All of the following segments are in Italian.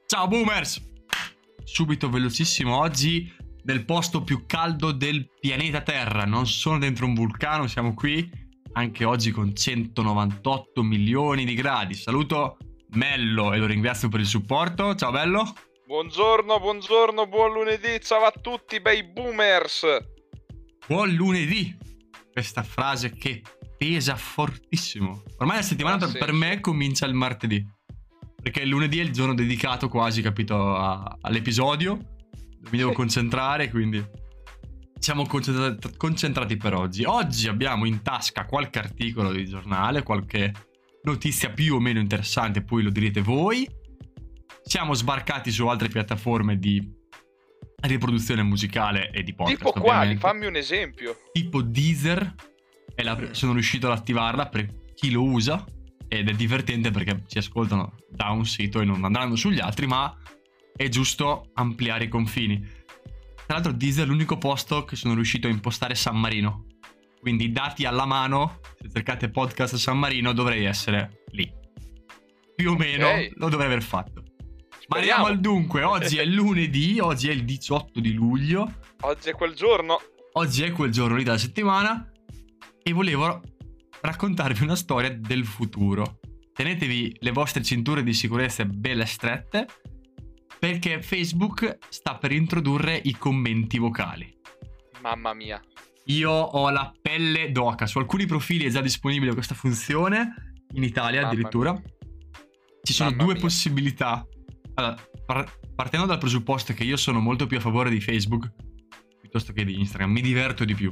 Ciao boomers! Subito velocissimo oggi nel posto più caldo del pianeta Terra. Non sono dentro un vulcano, siamo qui anche oggi con 198 milioni di gradi. Saluto Mello e lo ringrazio per il supporto. Ciao Mello! Buongiorno, buon lunedì, ciao a tutti bei boomers! Buon lunedì! Questa frase che pesa fortissimo. Ormai la settimana per me comincia il martedì. Perché il lunedì è il giorno dedicato quasi, capito, all'episodio. Mi devo concentrare, quindi siamo concentrati per oggi. Oggi abbiamo in tasca qualche articolo di giornale, qualche notizia più o meno interessante, poi lo direte voi. Siamo sbarcati su altre piattaforme di riproduzione musicale e di podcast. Tipo quali? Fammi un esempio. Tipo Deezer, sono riuscito ad attivarla per chi lo usa. Ed è divertente perché ci ascoltano da un sito e non andranno sugli altri, ma è giusto ampliare i confini. Tra l'altro Deezer è l'unico posto che sono riuscito a impostare San Marino. Quindi dati alla mano, se cercate podcast San Marino dovrei essere lì. Più o meno lo dovrei aver fatto. Ma andiamo al dunque, oggi è lunedì, oggi è il 18 di luglio. Oggi è quel giorno. Oggi è quel giorno lì della settimana e volevo raccontarvi una storia del futuro. Tenetevi le vostre cinture di sicurezza belle strette, perché Facebook sta per introdurre i commenti vocali. Mamma mia. Io ho la pelle d'oca. Su alcuni profili è già disponibile questa funzione, in Italia addirittura. Ci sono due possibilità. Allora, partendo dal presupposto che io sono molto più a favore di Facebook piuttosto che di Instagram, mi diverto di più.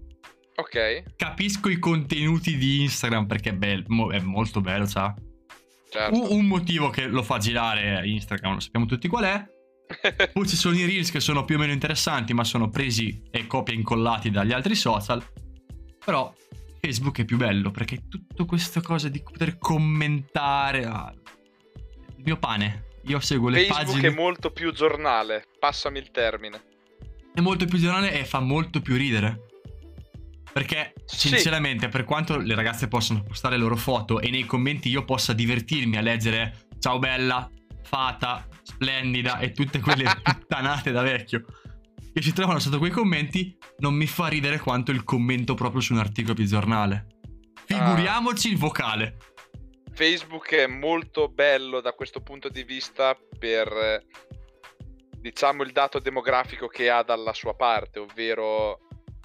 Ok. Capisco i contenuti di Instagram perché è molto bello, sa? Certo. Un motivo che lo fa girare Instagram, lo sappiamo tutti qual è. Poi ci sono i Reels che sono più o meno interessanti, ma sono presi e copia incollati dagli altri social. Però Facebook è più bello perché tutto questa cosa di poter commentare il mio pane. Io seguo le Facebook pagine. è molto più giornale, passami il termine. È molto più giornale e fa molto più ridere. Perché sinceramente, per quanto le ragazze possano postare le loro foto e nei commenti io possa divertirmi a leggere ciao bella, fata, splendida e tutte quelle puttanate da vecchio che si trovano sotto quei commenti, non mi fa ridere quanto il commento proprio su un articolo di giornale. Figuriamoci il vocale. Facebook è molto bello da questo punto di vista per, diciamo, il dato demografico che ha dalla sua parte, ovvero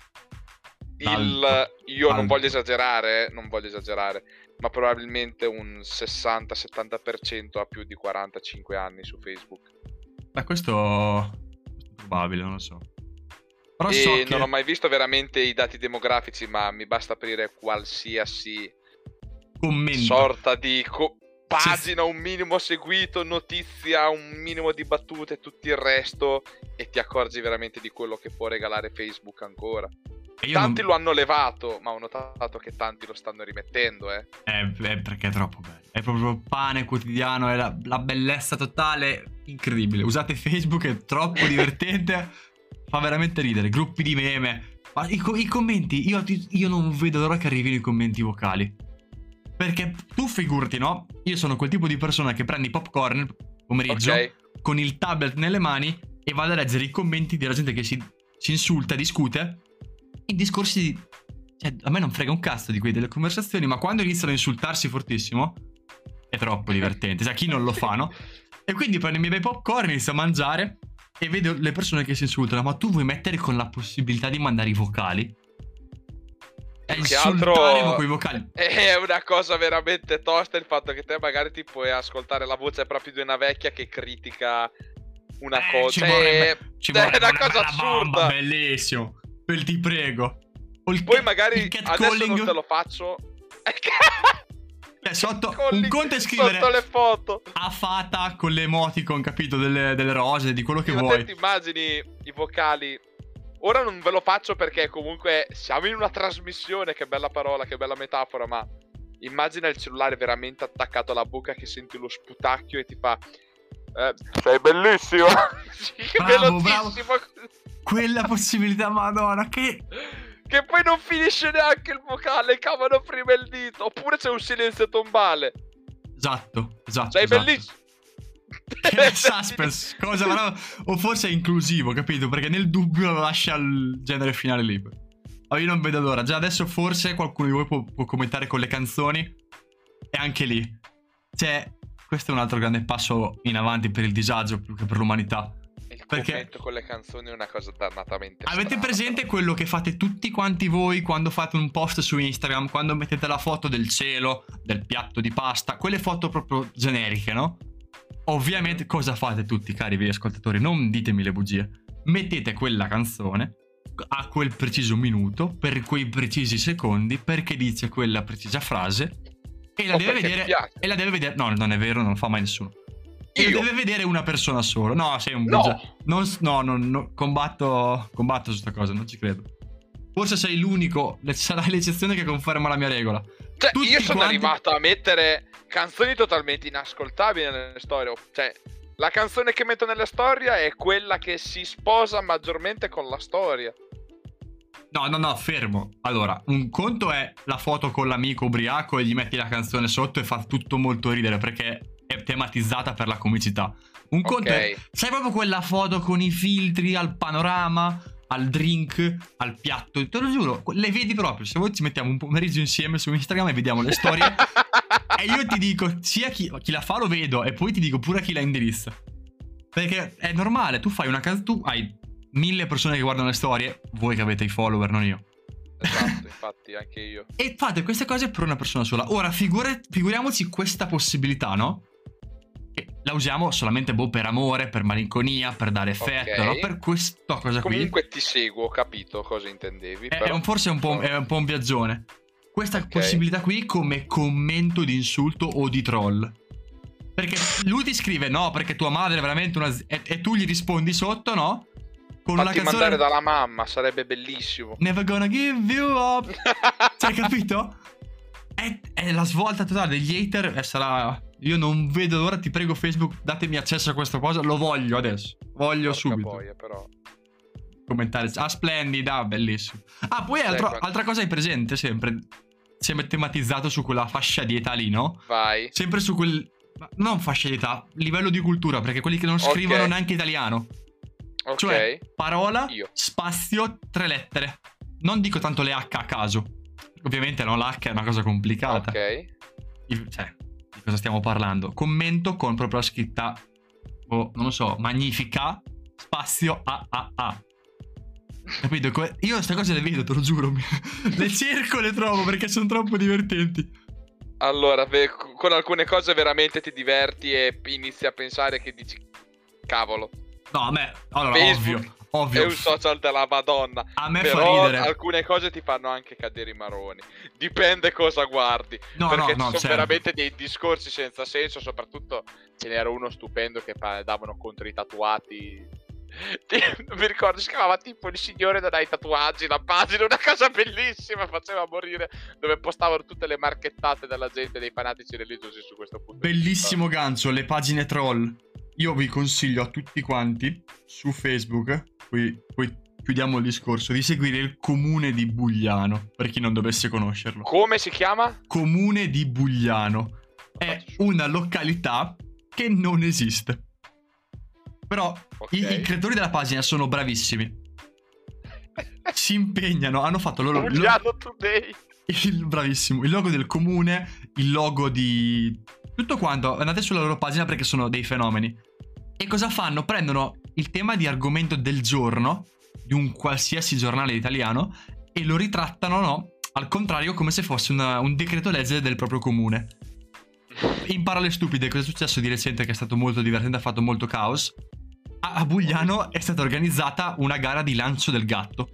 non voglio esagerare, ma probabilmente un 60-70% ha più di 45 anni su Facebook. Ma questo è probabile, non lo so. Però non ho mai visto veramente i dati demografici, ma mi basta aprire qualsiasi commento, sorta di pagina, un minimo seguito, notizia, un minimo di battute e tutto il resto, e ti accorgi veramente di quello che può regalare Facebook ancora. Tanti lo hanno levato, ma ho notato che tanti lo stanno rimettendo, perché è troppo bello. È proprio pane quotidiano, è la bellezza totale, incredibile. Usate Facebook, è troppo divertente, fa veramente ridere. Gruppi di meme, i commenti, io non vedo l'ora che arrivino i commenti vocali. Perché tu figurati, no? Io sono quel tipo di persona che prende i popcorn il pomeriggio con il tablet nelle mani e vado a leggere i commenti della gente che si insulta, discute. In discorsi di... Cioè, a me non frega un cazzo di delle conversazioni, ma quando iniziano a insultarsi fortissimo è troppo divertente. Cioè, chi non lo fa, no? E quindi prendo i miei bei popcorn, inizio a mangiare e vedo le persone che si insultano. Ma tu vuoi mettere con la possibilità di mandare i vocali? È insultare con quei vocali. È una cosa veramente tosta il fatto che te magari ti puoi ascoltare la voce proprio di una vecchia che critica una cosa. È una cosa assurda. Bellissimo. Ti prego. Poi magari adesso non te lo faccio. Sotto un conto è scrivere sotto le foto a fata con le emoticon, capito, delle rose, di quello che vuoi. Ti immagini i vocali. Ora non ve lo faccio perché comunque siamo in una trasmissione. Che bella parola, che bella metafora. Ma immagina il cellulare veramente attaccato alla bocca, che senti lo sputacchio e ti fa sei bellissimo. Bravo. Quella possibilità, madonna, che poi non finisce neanche il vocale, cavano prima il dito. Oppure c'è un silenzio tombale. Esatto. Sei bellissimo. Che suspense, cosa avrà... O forse è inclusivo, capito? Perché nel dubbio lascia il genere finale libero. Ma io non vedo l'ora. Già adesso forse qualcuno di voi può commentare con le canzoni. E anche lì. Cioè, questo è un altro grande passo in avanti per il disagio più che per l'umanità. Il Perché commento con le canzoni è una cosa dannatamente avete strana, presente però. quello che fate tutti quanti voi quando fate un post su Instagram, quando mettete la foto del cielo, del piatto di pasta, quelle foto proprio generiche, no? Ovviamente cosa fate tutti, cari miei ascoltatori? Non ditemi le bugie. Mettete quella canzone a quel preciso minuto, per quei precisi secondi, perché dice quella precisa frase e la O deve perché mi vedere. piace. E la deve vedere. No, non è vero, non lo fa mai nessuno. E Io? lo deve vedere una persona sola. No, sei un No. No, combatto su sta cosa, non ci credo. Forse sei l'unico, sarai l'eccezione che conferma la mia regola. Cioè, Tutti io sono quanti- arrivato a mettere canzoni totalmente inascoltabili nelle storie. Cioè, la canzone che metto nelle storie è quella che si sposa maggiormente con la storia. No, fermo. Allora, un conto è la foto con l'amico ubriaco e gli metti la canzone sotto e fa tutto molto ridere perché è tematizzata per la comicità. Un conto è, sai proprio quella foto con i filtri al panorama, al drink, al piatto, te lo giuro, le vedi proprio. Se voi ci mettiamo un pomeriggio insieme su Instagram e vediamo le storie e io ti dico sia chi la fa lo vedo e poi ti dico pure a chi la indirizza. Perché è normale, tu fai una canzone, tu hai 1000 persone che guardano le storie, voi che avete i follower, non io. Esatto, infatti, anche io. E fate queste cose per una persona sola. Ora, figuriamoci questa possibilità, no? Che la usiamo solamente per amore, per malinconia, per dare effetto, Ok. no? Per questa cosa qui. Comunque ti seguo, ho capito cosa intendevi. Però... Forse è un po' un viaggione. Questa Ok. possibilità qui come commento di insulto o di troll. Perché lui ti scrive, no, perché tua madre è veramente una... E tu gli rispondi sotto, no? Con una Fatti canzone... mandare dalla mamma, sarebbe bellissimo. Never gonna give you up. Cioè, capito? È la svolta totale degli hater e sarà... Io non vedo l'ora, ti prego Facebook, datemi accesso a questa cosa, lo voglio adesso. Voglio Porca subito. boia, però. Commentare, splendida, bellissimo. Ah, poi altra cosa hai presente sempre? Sempre tematizzato su quella fascia di età lì, no? Vai. Sempre su quel... Non fascia di età, livello di cultura, perché quelli che non scrivono neanche italiano. Ok. Cioè, parola, Io. spazio, 3 lettere. Non dico tanto le H a caso. Ovviamente no, l'H è una cosa complicata. Ok. Cioè, di cosa stiamo parlando? Commento con proprio la scritta, non lo so, magnifica, spazio, A. Capito? Io queste cose le vedo, te lo giuro. Le cerco e le trovo perché sono troppo divertenti. Allora, con alcune cose veramente ti diverti e inizi a pensare che dici cavolo. No, a me, allora, Facebook ovvio. è un social della Madonna. A me però fa ridere. alcune cose ti fanno anche cadere i maroni. Dipende cosa guardi. Perché ci sono certo. veramente dei discorsi senza senso. Soprattutto ce n'era uno stupendo che davano contro i tatuati. Non mi ricordo, si chiamava tipo Il Signore non hai tatuaggi, la pagina, una cosa bellissima, faceva morire, dove postavano tutte le marchettate della gente, dei fanatici religiosi su questo punto. Bellissimo gancio, le pagine troll. Io vi consiglio a tutti quanti su Facebook, poi chiudiamo il discorso, di seguire il comune di Bugliano, per chi non dovesse conoscerlo. Come si chiama? Comune di Bugliano. È una località che non esiste. Però i creatori della pagina sono bravissimi. Si impegnano, hanno fatto loro... Bugliano Today. Bravissimo, il logo del comune, il logo di... tutto quanto, andate sulla loro pagina perché sono dei fenomeni. E cosa fanno? Prendono il tema di argomento del giorno, di un qualsiasi giornale italiano, e lo ritrattano, no? Al contrario, come se fosse un decreto legge del proprio comune. In parole stupide, cosa è successo di recente che è stato molto divertente, ha fatto molto caos? A Bugliano è stata organizzata una gara di lancio del gatto.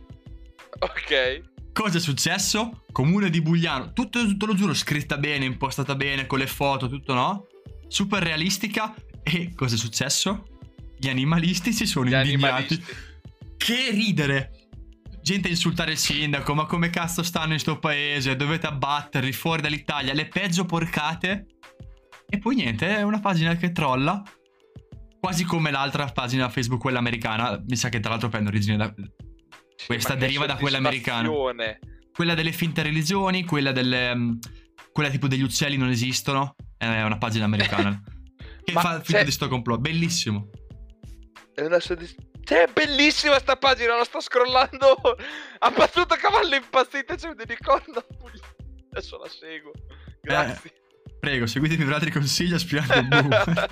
Ok. Cosa è successo? Comune di Bugliano, tutto lo giuro, scritta bene, impostata bene, con le foto, tutto, no? Super realistica. E cosa è successo? Gli animalisti si sono indignati. Che ridere! Gente a insultare il sindaco, ma come cazzo stanno in sto paese? Dovete abbatterli fuori dall'Italia, le peggio porcate. E poi niente, è una pagina che trolla. Quasi come l'altra pagina Facebook, quella americana. Mi sa che tra l'altro prende origine da... Questa deriva da quella americana. Quella delle finte religioni, quella delle... quella tipo degli uccelli non esistono. È una pagina americana. che fa finta di sto complotto. Bellissimo. È una è bellissima sta pagina, la sto scrollando. Ha battuto cavallo impazzito, c'è un unicorno. Adesso la seguo. Grazie. Prego, seguitemi per altri consigli aspirante Boo.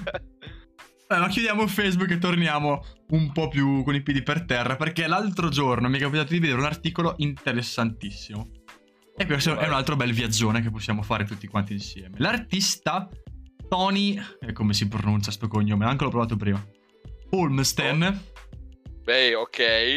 Ma chiudiamo Facebook e torniamo un po' più con i piedi per terra, perché l'altro giorno mi è capitato di vedere un articolo interessantissimo. E questo è un altro bel viaggione che possiamo fare tutti quanti insieme. L'artista Tony, come si pronuncia sto cognome? Anche l'ho provato prima. Olmsten. Beh, ok.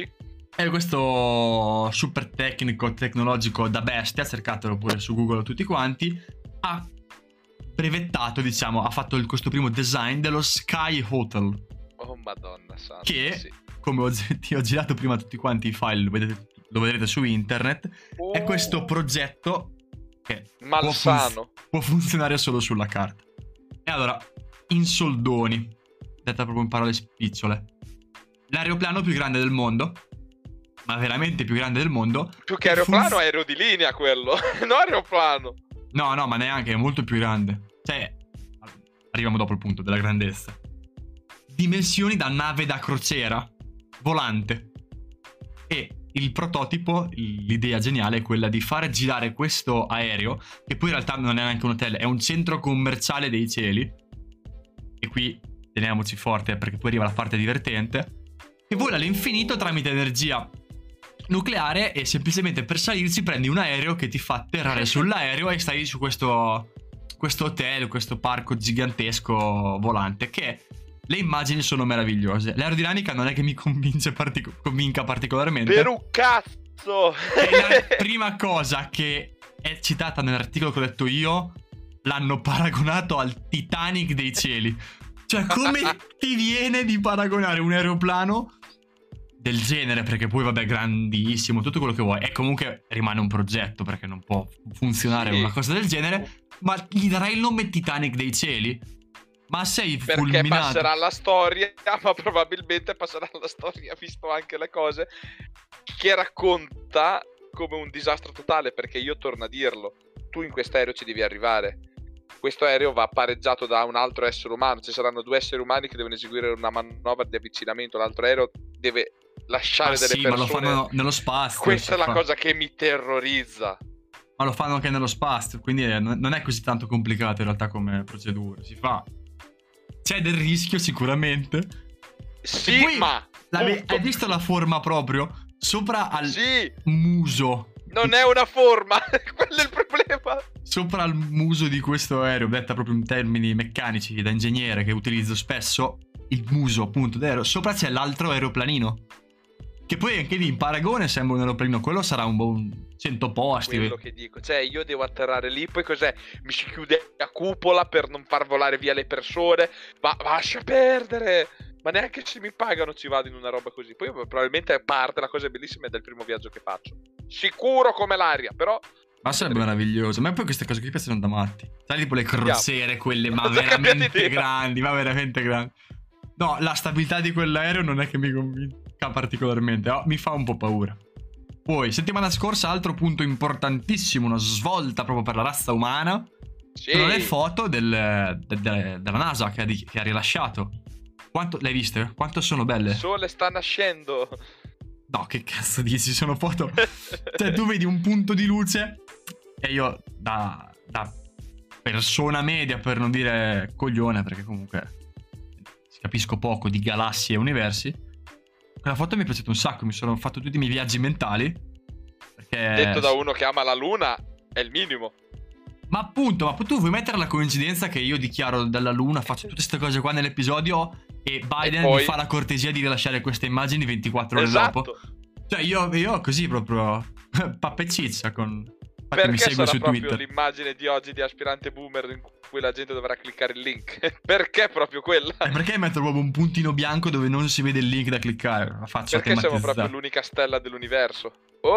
È questo super tecnologico da bestia, cercatelo pure su Google tutti quanti. Ha brevettato, diciamo, ha fatto questo primo design dello Sky Hotel. Oh madonna santa. Che, sì. come ti ho girato prima tutti quanti i file, lo vedrete su internet, è questo progetto che malsano. Può funzionare solo sulla carta. E allora, in soldoni, detta proprio in parole spicciole, l'aeroplano più grande del mondo, ma veramente più grande del mondo. Più che aeroplano, aereo di linea quello. No, aeroplano. No, ma neanche, è molto più grande. Cioè, arriviamo dopo il punto della grandezza. Dimensioni da nave da crociera volante. E il prototipo, l'idea geniale è quella di fare girare questo aereo, che poi in realtà non è neanche un hotel, è un centro commerciale dei cieli. E qui teniamoci forte perché poi arriva la parte divertente. Che vola all'infinito tramite energia nucleare, e semplicemente per salirci prendi un aereo che ti fa atterrare sull'aereo e stai su questo hotel, questo parco gigantesco volante, che le immagini sono meravigliose. L'aerodinamica non è che mi convinca particolarmente. Per un cazzo! E la prima cosa che è citata nell'articolo che ho letto io, l'hanno paragonato al Titanic dei cieli. Cioè, come ti viene di paragonare un aeroplano del genere? Perché poi vabbè, grandissimo, tutto quello che vuoi, e comunque rimane un progetto, perché non può funzionare una cosa del genere, ma gli darai il nome Titanic dei cieli? Ma sei fulminato. Perché passerà alla storia, ma probabilmente passerà alla storia, visto anche le cose, che racconta come un disastro totale, perché io torno a dirlo, tu in quest'aereo ci devi arrivare. Questo aereo va pareggiato da un altro essere umano, ci saranno due esseri umani che devono eseguire una manovra di avvicinamento, l'altro aereo deve lasciare delle persone. Ma lo fanno nello spazio. Questa è la cosa che mi terrorizza. Ma lo fanno anche nello spazio, quindi non è così tanto complicato in realtà come procedura. Si fa. C'è del rischio sicuramente. Sì, poi, ma hai visto la forma proprio? Sopra al muso. Non è una forma, quello è il problema. Sopra al muso di questo aereo, detta proprio in termini meccanici da ingegnere che utilizzo spesso, il muso appunto dell'aereo, sopra c'è l'altro aeroplanino, che poi anche lì in paragone sembra un aeroplano, quello sarà un buon 100 posti. Quello che dico, cioè io devo atterrare lì, poi cos'è? Mi si chiude a cupola per non far volare via le persone, ma lascia perdere. Ma neanche se mi pagano ci vado in una roba così. Poi probabilmente parte, la cosa bellissima è del primo viaggio che faccio. Sicuro come l'aria, però... Ma sarebbe meraviglioso. Ma poi queste cose qui piacciono da matti. Sai, tipo le crociere, quelle ma veramente grandi, ma veramente grandi. No, la stabilità di quell'aereo non è che mi convinca particolarmente. Mi fa un po' paura. Poi, settimana scorsa, altro punto importantissimo, una svolta proprio per la razza umana. Sì. Sono le foto della NASA che ha rilasciato. Quanto l'hai viste? Quanto sono belle? Il sole sta nascendo. No, che cazzo dici? Sono foto. Cioè, tu vedi un punto di luce e io, da persona media, per non dire coglione, perché comunque capisco poco di galassie e universi, quella foto mi è piaciuta un sacco. Mi sono fatto tutti i miei viaggi mentali. Perché... Detto da uno che ama la luna, è il minimo. Ma appunto, ma tu vuoi mettere la coincidenza che io dichiaro dalla luna, faccio tutte queste cose qua nell'episodio e Biden mi fa la cortesia di rilasciare queste immagini 24 ore dopo? Cioè io così proprio pappa ciccia con... Perché mi segue sarà su proprio Twitter. l'immagine di oggi di aspirante boomer in cui la gente dovrà cliccare il link? Perché proprio quella? Perché metto proprio un puntino bianco dove non si vede il link da cliccare? La faccio perché siamo proprio l'unica stella dell'universo.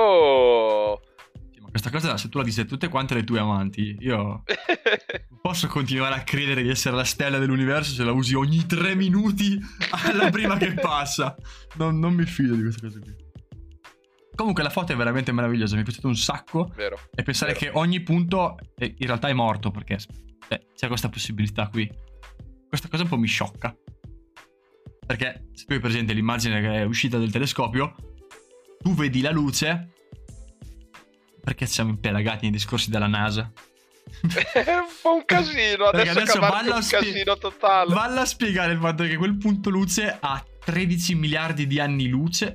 Oh! Questa cosa, se tu la dici a tutte quante le tue amanti, io posso continuare a credere di essere la stella dell'universo se la usi ogni 3 minuti alla prima che passa. Non mi fido di queste cose qui. Comunque la foto è veramente meravigliosa, mi è piaciuto un sacco. Vero. E pensare che ogni punto in realtà è morto, perché c'è questa possibilità qui. questa cosa un po' mi sciocca. Perché se tu hai presente l'immagine che è uscita del telescopio, tu vedi la luce. Perché siamo impelagati nei discorsi della NASA? È un po' un casino. Perché Adesso è un casino totale. Valla a spiegare il fatto che quel punto luce ha 13 miliardi di anni luce.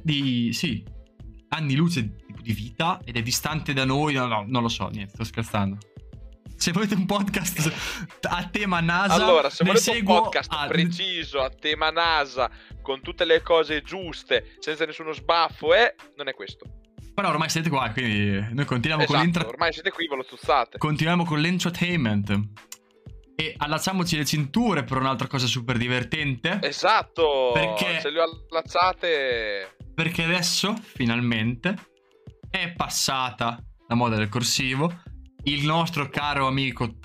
Anni luce di vita, ed è distante da noi. No, non lo so, niente, sto scherzando. Se volete un podcast a tema NASA, allora, se volete un podcast preciso a tema NASA, con tutte le cose giuste, senza nessuno sbaffo, non è questo. Però ormai siete qua, quindi noi continuiamo con ormai siete qui, ve lo tuzzate. Continuiamo con l'entertainment. E allacciamoci le cinture per un'altra cosa super divertente. Esatto, perché se le allacciate. Perché adesso, finalmente, è passata la moda del corsivo. Il nostro caro amico,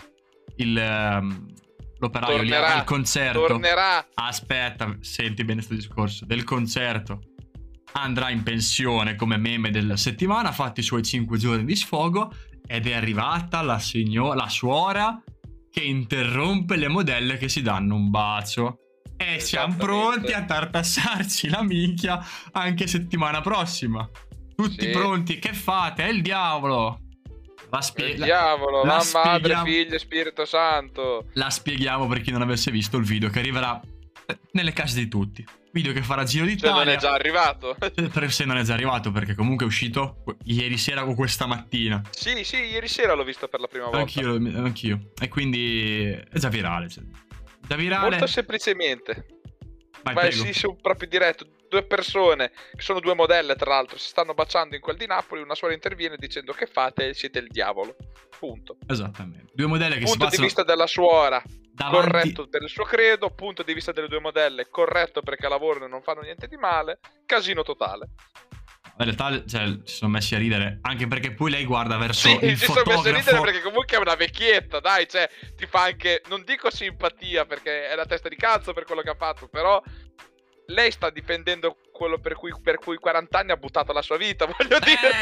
l'operaio lì al concerto. Tornerà. Aspetta, senti bene questo discorso. Del concerto. Andrà in pensione come meme della settimana. Ha fatto i suoi 5 giorni di sfogo. Ed è arrivata la suora che interrompe le modelle che si danno un bacio. E siamo pronti a tartassarci la minchia anche settimana prossima. Tutti pronti, che fate? È il diavolo. Il diavolo, mamma, madre, figlio e Spirito Santo. La spieghiamo per chi non avesse visto il video che arriverà nelle case di tutti. Video che farà giro d'Italia. Se non è già arrivato. Se non è già arrivato, perché comunque è uscito ieri sera o questa mattina. Sì, ieri sera l'ho visto per la prima volta. Anch'io. E quindi è già virale. Già virale. Molto semplicemente. Vai, sì, sono proprio diretto. 2 persone, che sono 2 modelle tra l'altro, si stanno baciando in quel di Napoli. Una suora interviene dicendo: che fate? Siete il diavolo. Punto. Esattamente. 2 modelle che punto si baciano. Punto di vista della suora davanti... corretto per il suo credo. Punto di vista delle 2 modelle corretto perché lavorano e non fanno niente di male. Casino totale. In realtà, ci sono messi a ridere, anche perché poi lei guarda verso il ci fotografo. Sono messi a ridere perché comunque è una vecchietta, dai, cioè ti fa anche, non dico simpatia perché è la testa di cazzo per quello che ha fatto, però lei sta difendendo quello per cui 40 anni ha buttato la sua vita, voglio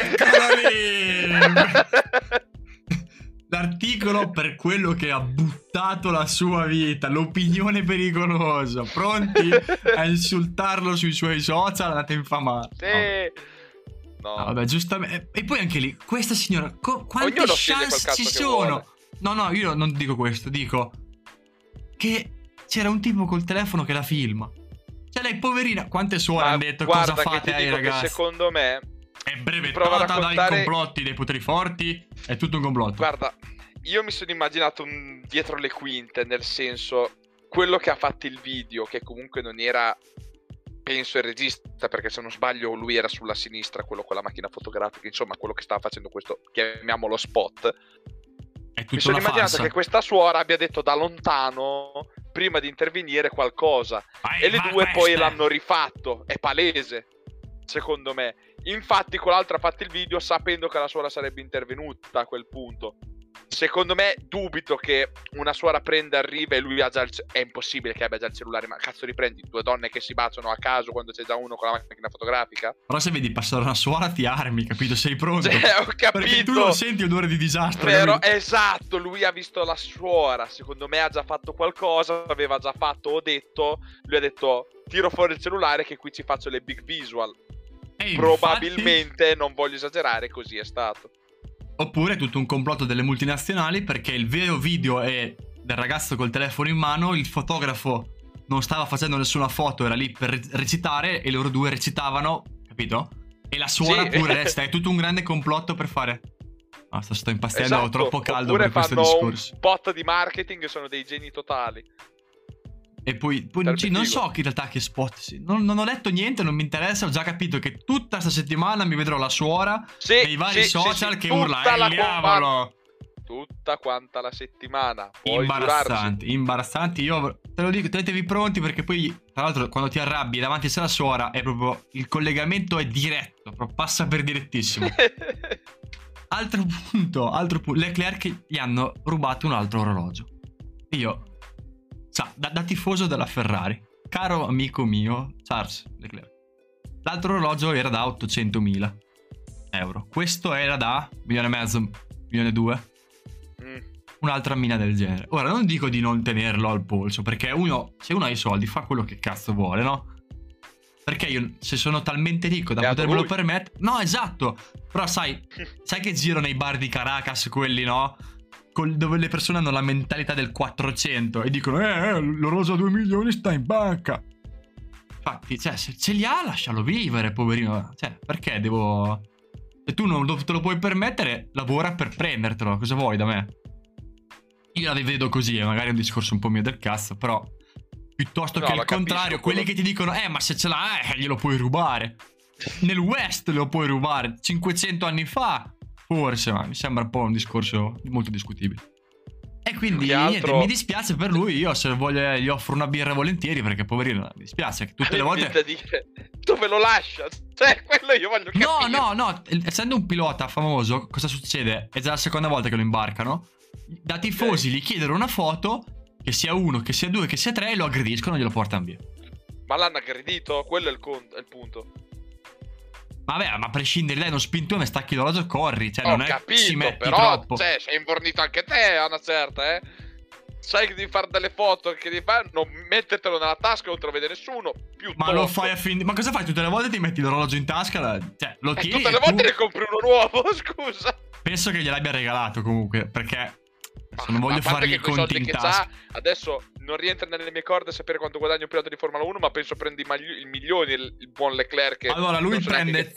dire. L'articolo per quello che ha buttato la sua vita, l'opinione pericolosa. Pronti a insultarlo sui suoi social? Andate a infamare. Sì. No, vabbè, giustamente. E poi anche lì, questa signora, quante chance ci sono? No, io non dico questo, dico che c'era un tipo col telefono che la filma. Cioè lei, poverina, quante suore hanno detto cosa fate ai ragazzi? Secondo me è brevettata dai complotti dei poteri forti. È tutto un complotto. Guarda, io mi sono immaginato dietro le quinte, nel senso, quello che ha fatto il video, che comunque non era, penso, il regista, perché se non sbaglio lui era sulla sinistra, quello con la macchina fotografica, insomma quello che stava facendo questo, chiamiamolo spot. Mi sono immaginato che questa suora abbia detto da lontano, prima di intervenire, qualcosa. E le 2 poi l'hanno rifatto. È palese, secondo me. Infatti quell'altro ha fatto il video sapendo che la suora sarebbe intervenuta a quel punto. Secondo me dubito che una suora prenda, arriva e lui ha già è impossibile che abbia già il cellulare. Ma cazzo, riprendi 2 donne che si baciano a caso quando c'è già uno con la macchina fotografica? Però se vedi passare una suora ti armi, capito? Sei pronto. Ho capito. Perché tu lo senti odore di disastro. Però esatto, lui ha visto la suora. Secondo me ha già fatto qualcosa. Aveva già fatto o detto. Lui ha detto: tiro fuori il cellulare che qui ci faccio le big visual. E probabilmente, infatti, non voglio esagerare, così è stato. Oppure è tutto un complotto delle multinazionali, perché il vero video è del ragazzo col telefono in mano, il fotografo non stava facendo nessuna foto, era lì per recitare e loro 2 recitavano, capito? E la suora pure resta, è tutto un grande complotto per fare... sto impazzendo, troppo caldo per questo discorso. Oppure fanno un bot di marketing e sono dei geni totali. E poi non so in realtà che spot. Non ho letto niente, non mi interessa. Ho già capito che tutta sta settimana mi vedrò la suora nei vari social che urla il diavolo. Tutta quanta la settimana. Imbarazzanti. Io te lo dico, tenetevi pronti, perché poi, tra l'altro, quando ti arrabbi davanti alla suora è proprio il collegamento è diretto, proprio passa per direttissimo. Altro punto. Leclerc gli hanno rubato un altro orologio. Io, da tifoso della Ferrari, caro amico mio Charles Leclerc, l'altro orologio era da 800.000 euro. Questo era da 1,5 milioni, 1,2 milioni. un'altra mina del genere. Ora, non dico di non tenerlo al polso, perché se uno ha i soldi fa quello che cazzo vuole, no? Perché io, se sono talmente ricco da potermelo permettere... No, esatto! Però sai che girano nei bar di Caracas quelli, no? Dove le persone hanno la mentalità del 400 e dicono l'orologio a 2 milioni sta in banca. Infatti, cioè, se ce li ha, lascialo vivere, poverino. Cioè, perché devo... Se tu non te lo puoi permettere, lavora per prendertelo. Cosa vuoi da me? Io la vedo così, magari è un discorso un po' mio del cazzo, però... Piuttosto che il contrario, quelli che ti dicono ma se ce l'ha, glielo puoi rubare. Nel West lo puoi rubare 500 anni fa. Forse, ma mi sembra un po' un discorso molto discutibile. E quindi niente, mi dispiace per lui. Io se voglio gli offro una birra volentieri, perché poverino, mi dispiace che tutte le volte... Dove lo lascia? Cioè, quello io voglio capire. No, essendo un pilota famoso, cosa succede? È già la seconda volta che lo imbarcano. Da tifosi gli chiedono una foto, che sia uno, che sia due, che sia tre, e lo aggrediscono e glielo portano via. Ma l'hanno aggredito? Quello è il punto. Vabbè, ma a prescindere, dai, non spintone, stacchi l'orologio e corri. Cioè, non è capito, ci metti però, troppo. Cioè, sei imbornito anche te a una certa, Sai che devi fare delle foto, che devi fare, non mettertelo nella tasca, non te lo vede nessuno. Ma lo fai a fin... Ma cosa fai? Tutte le volte ti metti l'orologio in tasca? Cioè, lo tieni tutte le volte ne compri uno nuovo, scusa. Penso che gliel'abbia regalato comunque, perché... non voglio fargli i conti in tasca. Adesso non rientra nelle mie corde sapere quanto guadagna un pilota di Formula 1, ma penso prendi i milioni il buon Leclerc. Che allora lui prende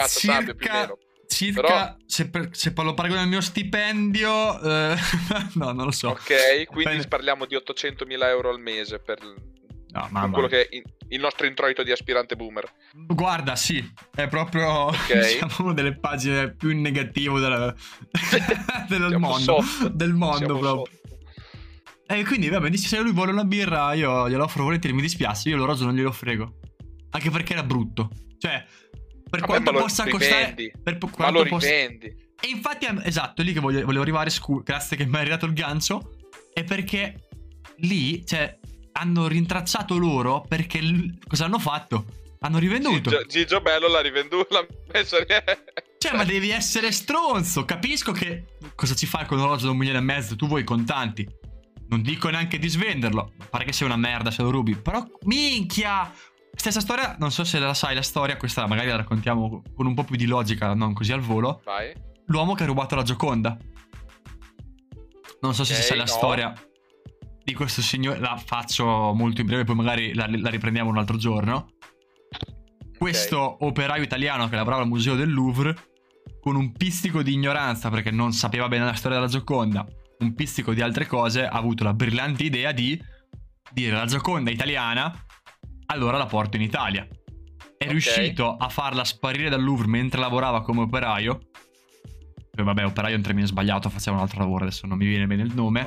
circa se lo paragono al mio stipendio, no, non lo so. Ok, quindi parliamo di 800.000 euro al mese per quello che è il nostro introito di aspirante boomer. Guarda, sì, è proprio diciamo, una delle pagine più in negativo del mondo. Del mondo proprio. E quindi, vabbè, se lui vuole una birra, io glielo offro volentieri, mi dispiace, io l'orologio non glielo frego. Anche perché era brutto. Cioè, per quanto possa costare... Ma lo rivendi. E infatti, esatto, è lì che volevo arrivare, grazie che mi hai arrivato il gancio, è perché lì, cioè, hanno rintracciato loro, perché cosa hanno fatto? Hanno rivenduto. Gigio Bello l'ha rivenduta, Cioè, ma devi essere stronzo. Capisco che cosa ci fai con un orologio da 1,5 milioni, tu vuoi i contanti. Non dico neanche di svenderlo, pare che sia una merda se lo rubi. Però, minchia! Stessa storia, non so se la sai la storia, questa magari la raccontiamo con un po' più di logica, non così al volo. Vai. L'uomo che ha rubato la Gioconda. Non so se sai la storia di questo signore, la faccio molto in breve, poi magari la riprendiamo un altro giorno. Questo operaio italiano che lavorava al museo del Louvre, con un pistico di ignoranza, perché non sapeva bene la storia della Gioconda, un pistico di altre cose, ha avuto la brillante idea di dire la Gioconda italiana, allora la porto in Italia. È riuscito a farla sparire dal Louvre mentre lavorava come operaio. Poi vabbè, operaio è un termine sbagliato, faceva un altro lavoro, adesso non mi viene bene il nome.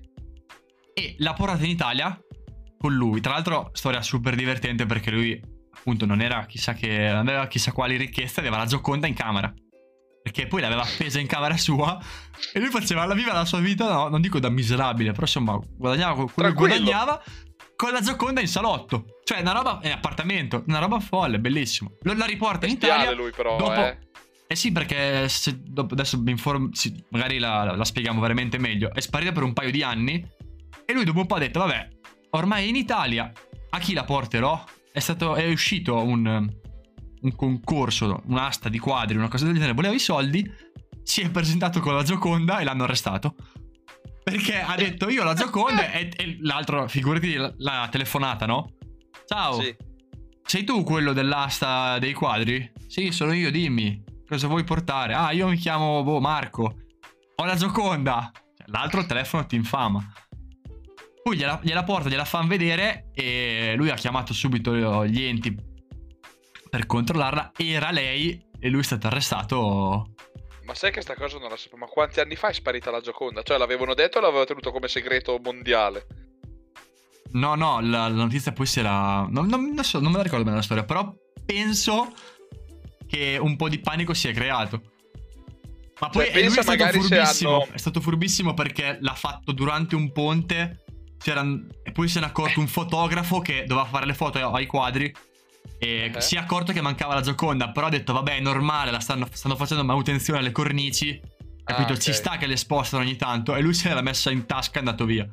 E l'ha portata in Italia con lui. Tra l'altro, storia super divertente, perché lui appunto non aveva chissà quali ricchezze, aveva la Gioconda in camera. Perché poi l'aveva appesa in camera sua e lui viveva la sua vita, no, non dico da miserabile, però insomma guadagnava quello che guadagnava con la Gioconda in salotto. Cioè una roba, in appartamento, una roba folle, bellissimo. La riporta in Italia lui però, dopo... sì, perché adesso mi informo, magari la spieghiamo veramente meglio. È sparita per un paio di anni e lui dopo un po' ha detto, vabbè, ormai è in Italia, a chi la porterò? È uscito un concorso, un'asta di quadri, una cosa del genere, voleva i soldi, si è presentato con la Gioconda e l'hanno arrestato. Perché ha detto, io la Gioconda e l'altro, figurati la telefonata, no? Ciao, sei tu quello dell'asta dei quadri? Sì, sono io, dimmi, cosa vuoi portare? Ah, io mi chiamo Marco, ho la Gioconda. L'altro telefono ti infama. Poi gliela porta, gliela fanno vedere e lui ha chiamato subito gli enti per controllarla. Era lei e lui è stato arrestato. Ma sai che sta cosa non la sapevo? Ma quanti anni fa è sparita la Gioconda? Cioè l'avevano detto o l'aveva tenuto come segreto mondiale? No, la notizia poi si era... Non me la ricordo bene la storia, però penso che un po' di panico si è creato. Ma poi cioè, lui è stato furbissimo. È stato furbissimo perché l'ha fatto durante un ponte. E poi se ne è accorto un fotografo che doveva fare le foto ai quadri. E si è accorto che mancava la Gioconda. Però ha detto, vabbè, è normale, stanno facendo manutenzione alle cornici. Capito? ok. Ci sta che le spostano ogni tanto e lui se l'ha messa in tasca e è andato via.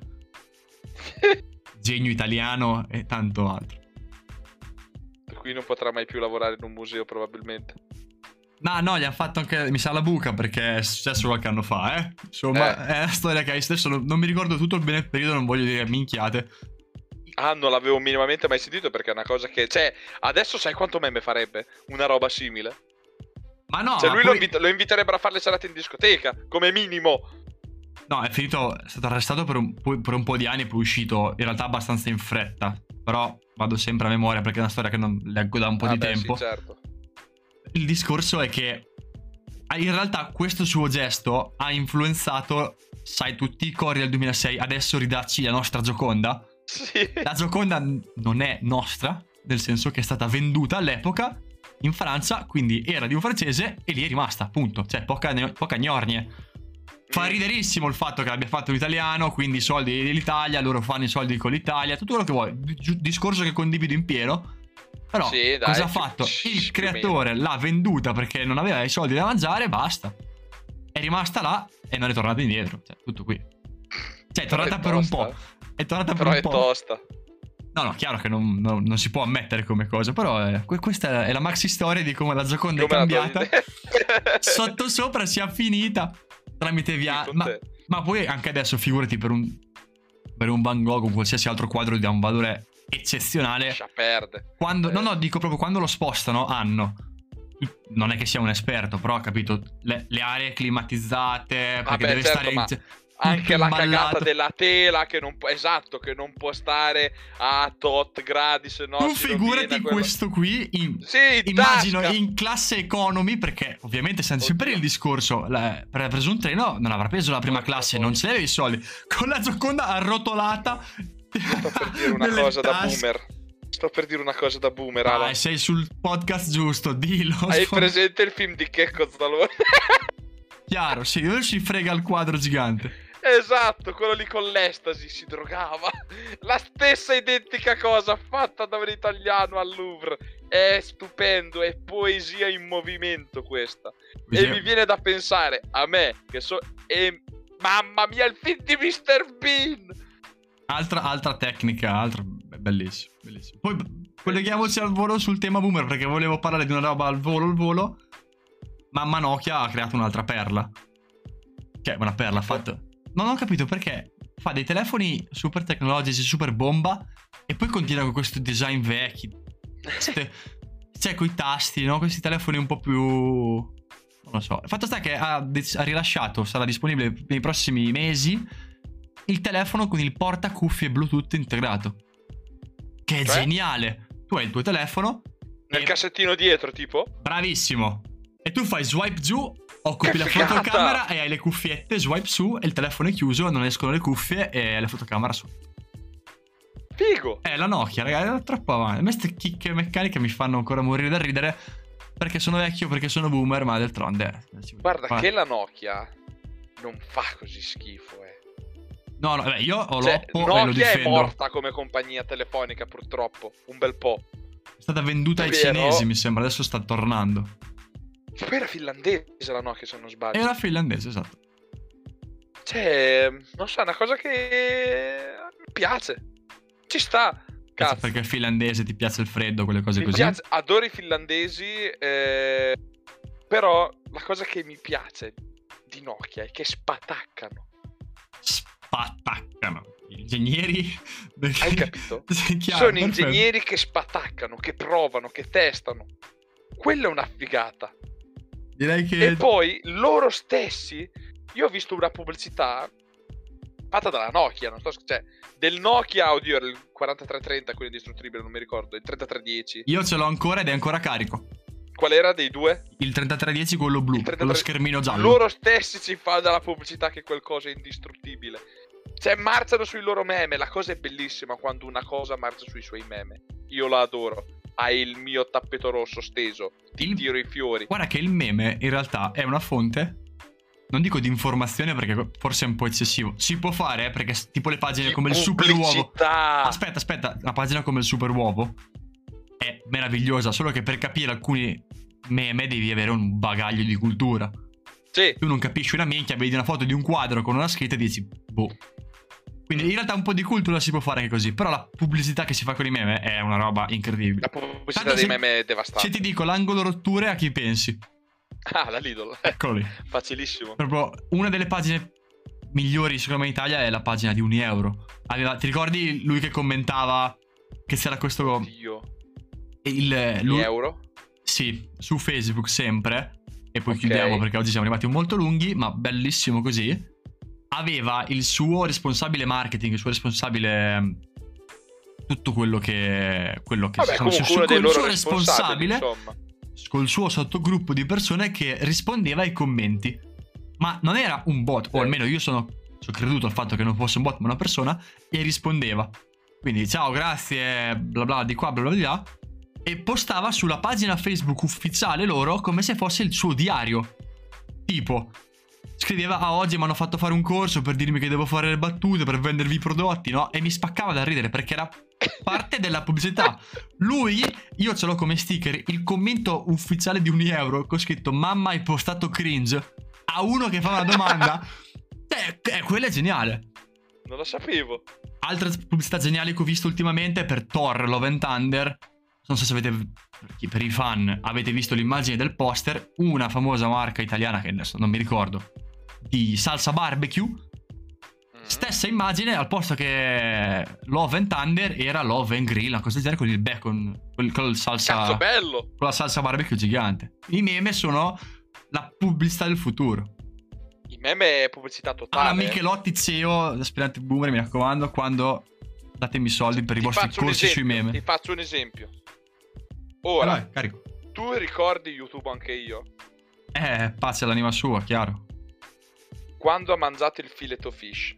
Genio italiano e tanto altro. Qui non potrà mai più lavorare in un museo probabilmente. No, gli hanno fatto anche, mi sa, la buca perché è successo qualche anno fa, Insomma, è una storia che adesso non mi ricordo tutto bene il periodo, non voglio dire minchiate. Ah, non l'avevo minimamente mai sentito perché è una cosa che... Cioè, adesso sai quanto meme farebbe una roba simile? Ma no, Cioè, ma lui poi- lo inviterebbero a fare le serate in discoteca, come minimo. No, è stato arrestato per un po' di anni e poi uscito in realtà abbastanza in fretta. Però vado sempre a memoria perché è una storia che non leggo da un po' di Beh, tempo. sì, certo. Il discorso è che in realtà questo suo gesto ha influenzato, sai, tutti i cori del 2006. Adesso ridacci la nostra Gioconda. Sì. La Gioconda non è nostra, nel senso che è stata venduta all'epoca in Francia, quindi era di un francese e lì è rimasta, appunto. Cioè, poca gnornie. Fa riderissimo il fatto che l'abbia fatto l'italiano, quindi i soldi dell'Italia, loro fanno i soldi con l'Italia, tutto quello che vuoi. Discorso che condivido in pieno. Però Sì, dai, cosa ha più- fatto? Il più o creatore l'ha venduta perché non aveva i soldi da mangiare e basta. È rimasta là e non è tornata indietro. Cioè, tutto qui. Cioè, è tornata per un po'. È tornata per Però un è po'. tosta. No, chiaro che non si può ammettere come cosa, però questa è la maxi storia di come la Gioconda è Come la tua cambiata. idea. Sotto sopra si è finita tramite via. Sì, con te. Ma poi anche adesso, figurati, per un Van Gogh o qualsiasi altro quadro di un valore eccezionale. Lascia perde. Quando, no, dico proprio quando lo spostano, hanno. Non è che sia un esperto, però ho capito. Le aree climatizzate. Perché Vabbè, deve certo, stare ma tutto anche la cagata imballato. della tela che non può, esatto, che non può stare a tot gradi, se no Tu si figurati rovina quello. questo qui Sì, in immagino tasca. in classe economy, perché ovviamente sempre il discorso, per aver preso un treno non avrà preso la prima Porca classe, boia. non ce l'aveva i soldi, con la Gioconda arrotolata. Sto per dire una nelle cosa da tasche. boomer. Sto per dire una cosa da boomer, Alan. Dai, sei sul podcast giusto, dillo. Hai presente il film di Checco Zalone? Chiaro, sì, dove ci frega il quadro gigante. Esatto, quello lì con l'estasi si drogava. La stessa identica cosa fatta da un italiano al Louvre. È stupendo, è poesia in movimento questa. E mi viene da pensare a me che mamma mia, il film di Mr. Bean. Altra tecnica, bellissimo, bellissimo. Poi colleghiamoci al volo sul tema boomer, perché volevo parlare di una roba al volo. Mamma Nokia ha creato un'altra perla. Che è una perla fatta. Non ho capito perché fa dei telefoni super tecnologici, super bomba, e poi continua con questo design vecchi. Cioè, coi tasti, no? Questi telefoni un po' più... non lo so. Il fatto sta che ha rilasciato, sarà disponibile nei prossimi mesi, il telefono con il portacuffie Bluetooth integrato. Che è geniale. Tu hai il tuo telefono Nel cassettino dietro, tipo? bravissimo. E tu fai swipe giù, occupi Che la figata! fotocamera e hai le cuffiette, swipe su e il telefono è chiuso, non escono le cuffie e hai la fotocamera su. Figo! La Nokia, ragazzi, era troppo avanti. A me queste chicche meccaniche mi fanno ancora morire da ridere, perché sono vecchio, perché sono boomer, ma d'altronde... Guarda che la Nokia non fa così schifo, No, beh, io ho Cioè, l'Oppo e lo Nokia è difendo. morta come compagnia telefonica, purtroppo. Un bel po'. È stata venduta ai Vero? cinesi, mi sembra, adesso sta tornando. Che poi era finlandese la Nokia, se non sbaglio. Era finlandese, esatto. Cioè, non so, è una cosa che mi piace. Ci sta. Cazzo. Perché è finlandese, ti piace il freddo, quelle cose Mi così. piace, adoro i finlandesi, però la cosa che mi piace di Nokia è che spataccano. Spattaccano. Gli ingegneri... Hai capito? Sì, chiaro, Sono perfetto. ingegneri che spataccano, che provano, che testano. Quella è una figata. Direi che... E poi loro stessi, io ho visto una pubblicità fatta dalla Nokia, non so, cioè del Nokia, oddio, era il 4330, quello indistruttibile, non mi ricordo, il 3310. Io ce l'ho ancora ed è ancora carico. Qual era dei due? Il 3310, quello blu, Il 33 con lo schermino giallo. Loro stessi ci fanno dalla pubblicità che quel coso è indistruttibile. Cioè, marciano sui loro meme. La cosa è bellissima quando una cosa marcia sui suoi meme. Io la adoro. Hai il mio tappeto rosso steso. Ti tiro i fiori. Guarda che il meme in realtà è una fonte, non dico di informazione perché forse è un po' eccessivo. Si può fare, perché tipo le pagine Di come il super uovo. pubblicità. Aspetta, una pagina come il super uovo è meravigliosa, solo che per capire alcuni meme devi avere un bagaglio di cultura. Sì. Tu non capisci una minchia, vedi una foto di un quadro con una scritta e dici, boh. Quindi in realtà un po' di cultura si può fare anche così. Però la pubblicità che si fa con i meme è una roba incredibile. La pubblicità Tanto dei meme è devastante. Se ti dico l'angolo rotture, a chi pensi? Ah, la Lidl. Eccolo lì. Facilissimo. Proprio una delle pagine migliori secondo me in Italia è la pagina di Unieuro. Ti ricordi lui che commentava che c'era questo... Oddio. Lui, euro? Sì, su Facebook sempre. E poi Ok. chiudiamo perché oggi siamo arrivati molto lunghi, ma bellissimo così. Aveva il suo responsabile marketing, il suo responsabile... tutto quello che Vabbè, insomma, comunque uno dei il loro suo responsabili, responsabile insomma. col suo sottogruppo di persone che rispondeva ai commenti. Ma non era un bot, o almeno io ci ho creduto al fatto che non fosse un bot, ma una persona, e rispondeva. Quindi ciao, grazie, bla bla, di qua, bla bla bla. E postava sulla pagina Facebook ufficiale loro come se fosse il suo diario. Tipo, scriveva, ah, oggi mi hanno fatto fare un corso per dirmi che devo fare le battute, per vendervi i prodotti, no? E mi spaccava da ridere perché era parte della pubblicità. Lui, io ce l'ho come sticker, il commento ufficiale di Unieuro con scritto mamma hai postato cringe a uno che fa una domanda. Quello è geniale. Non lo sapevo. Altre pubblicità geniali che ho visto ultimamente per Thor Love and Thunder. Non so se avete, per i fan, avete visto l'immagine del poster. Una famosa marca italiana che adesso non mi ricordo, di salsa barbecue. Stessa immagine, al posto che Love and Thunder era Love and Grill, una cosa del genere, con il bacon, con salsa, Cazzo bello. con la salsa barbecue gigante. I meme sono la pubblicità del futuro. I meme è pubblicità totale. Allora, Michelotti, CEO, aspirante boomer, mi raccomando, quando datemi soldi per i vostri corsi sui meme. Ti faccio un esempio. Ora, Vai, carico. tu ricordi YouTube anche io? Pace all'anima sua, chiaro. Quando ha mangiato il filetto fish,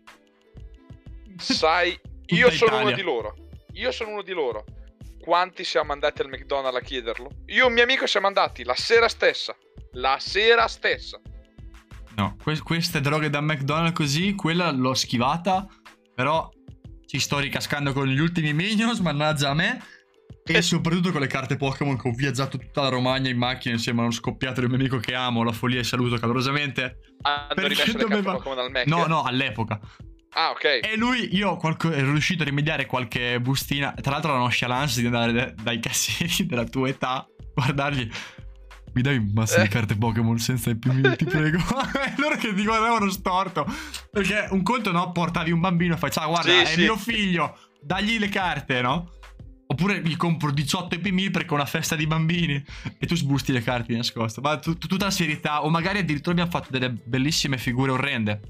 sai, Tutta io sono Italia. uno di loro. Io sono uno di loro. Quanti siamo andati al McDonald's a chiederlo? Io e un mio amico siamo andati la sera stessa. La sera stessa. No, queste droghe da McDonald's così, quella l'ho schivata, però ci sto ricascando con gli ultimi Minions, mannaggia a me. E soprattutto con le carte Pokémon, che ho viaggiato tutta la Romagna in macchina insieme a uno scoppiato del mio amico che amo, la follia, e saluto calorosamente. Hanno Perché rimesso le carte doveva- Pokémon al Mac? No, all'epoca. Ah, ok. E lui, ero riuscito a rimediare qualche bustina. Tra l'altro la nonchalance di andare dai cassieri della tua età, guardargli, mi dai un mazzo di carte Pokémon senza i più, ti prego. E loro che ti guardavano storto. Perché un conto, no, portavi un bambino e fai, ciao, guarda, Sì, è sì. mio figlio, dagli le carte, no? Oppure gli compro 18 EP Meal perché è una festa di bambini e tu sbusti le carte di nascosto. Ma tutta la serietà. O magari addirittura abbiamo fatto delle bellissime figure orrende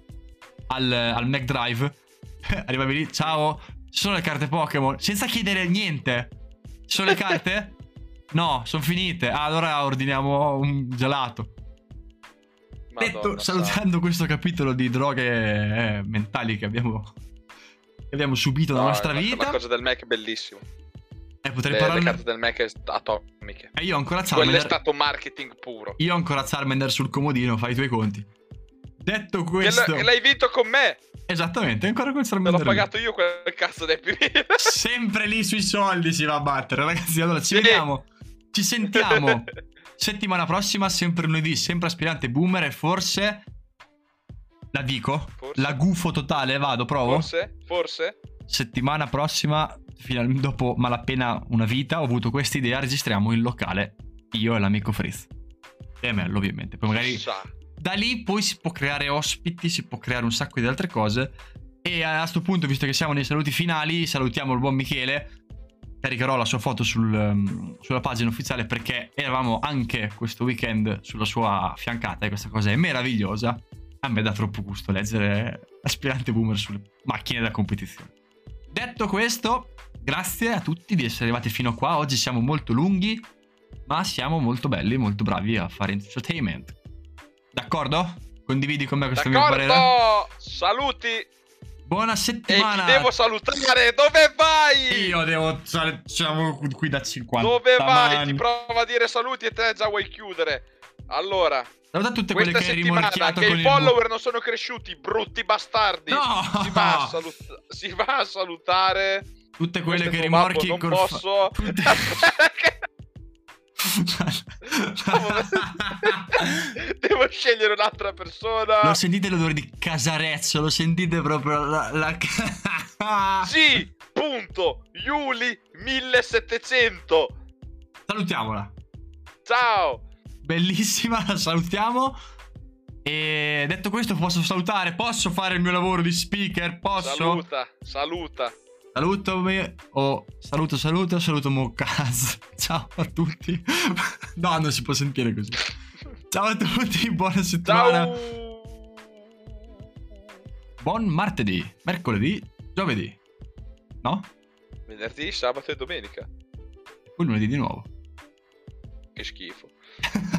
al McDrive. Arrivavi lì, ciao, ci sono le carte Pokémon, senza chiedere niente. Ci sono le carte? No, sono finite. Ah, allora ordiniamo un gelato. Madonna, Detto, salutando questo capitolo di droghe mentali che abbiamo subito nella nostra vita. La cosa del Mac è bellissimo. Potrei Le parlarne. carte del Mac atomiche. E io ho ancora Quello è Charmander. stato marketing puro. Io ho ancora Charmander sul comodino, fai i tuoi conti. Detto questo, Che l'hai vinto con me. esattamente, ancora quel Me Charmander. l'ho pagato io quel cazzo dei primi. Sempre lì sui soldi si va a battere, ragazzi. Allora ci vediamo. Ci sentiamo settimana prossima, sempre lunedì, sempre aspirante boomer. E forse la dico, Forse. la gufo totale, vado, provo. Forse. Settimana prossima, dopo malapena una vita, ho avuto questa idea, registriamo in locale, io e l'amico Fritz. E Mello, ovviamente. Poi magari Sa. da lì poi si può creare ospiti, si può creare un sacco di altre cose. E a sto punto, visto che siamo nei saluti finali, salutiamo il buon Michele. Caricherò la sua foto sulla pagina ufficiale, perché eravamo anche questo weekend sulla sua fiancata e questa cosa è meravigliosa. A me dà troppo gusto leggere aspirante boomer sulle macchine da competizione. Detto questo, grazie a tutti di essere arrivati fino a qua. Oggi siamo molto lunghi, ma siamo molto belli, molto bravi a fare entertainment. D'accordo? Condividi con me questo mio parere? D'accordo. Saluti. Buona E settimana. ti devo salutare. Dove vai? Io devo... Siamo qui da 50 Dove vai? mani. Ti provo a dire saluti e te già vuoi chiudere. Allora, Saluta tutte quelle questa che hai settimana rimorchiato che con i il follower non sono cresciuti, brutti bastardi. No! Si va a salutare. Tutte quelle Questo che è tuo babbo, rimorchi non col posso. Tutte... Devo scegliere un'altra persona. Lo sentite l'odore di Casarezzo? Lo sentite proprio Sì, punto. Yuli 1700. Salutiamola. Ciao. Bellissima, la salutiamo. E detto questo, posso salutare? Posso fare il mio lavoro di speaker? Posso? Saluta. Saluto Mocaz. Ciao a tutti. No, non si può sentire così. Ciao a tutti, buona settimana. Ciao. Buon martedì, mercoledì, giovedì. No? Venerdì, sabato e domenica. Poi lunedì di nuovo. Che schifo.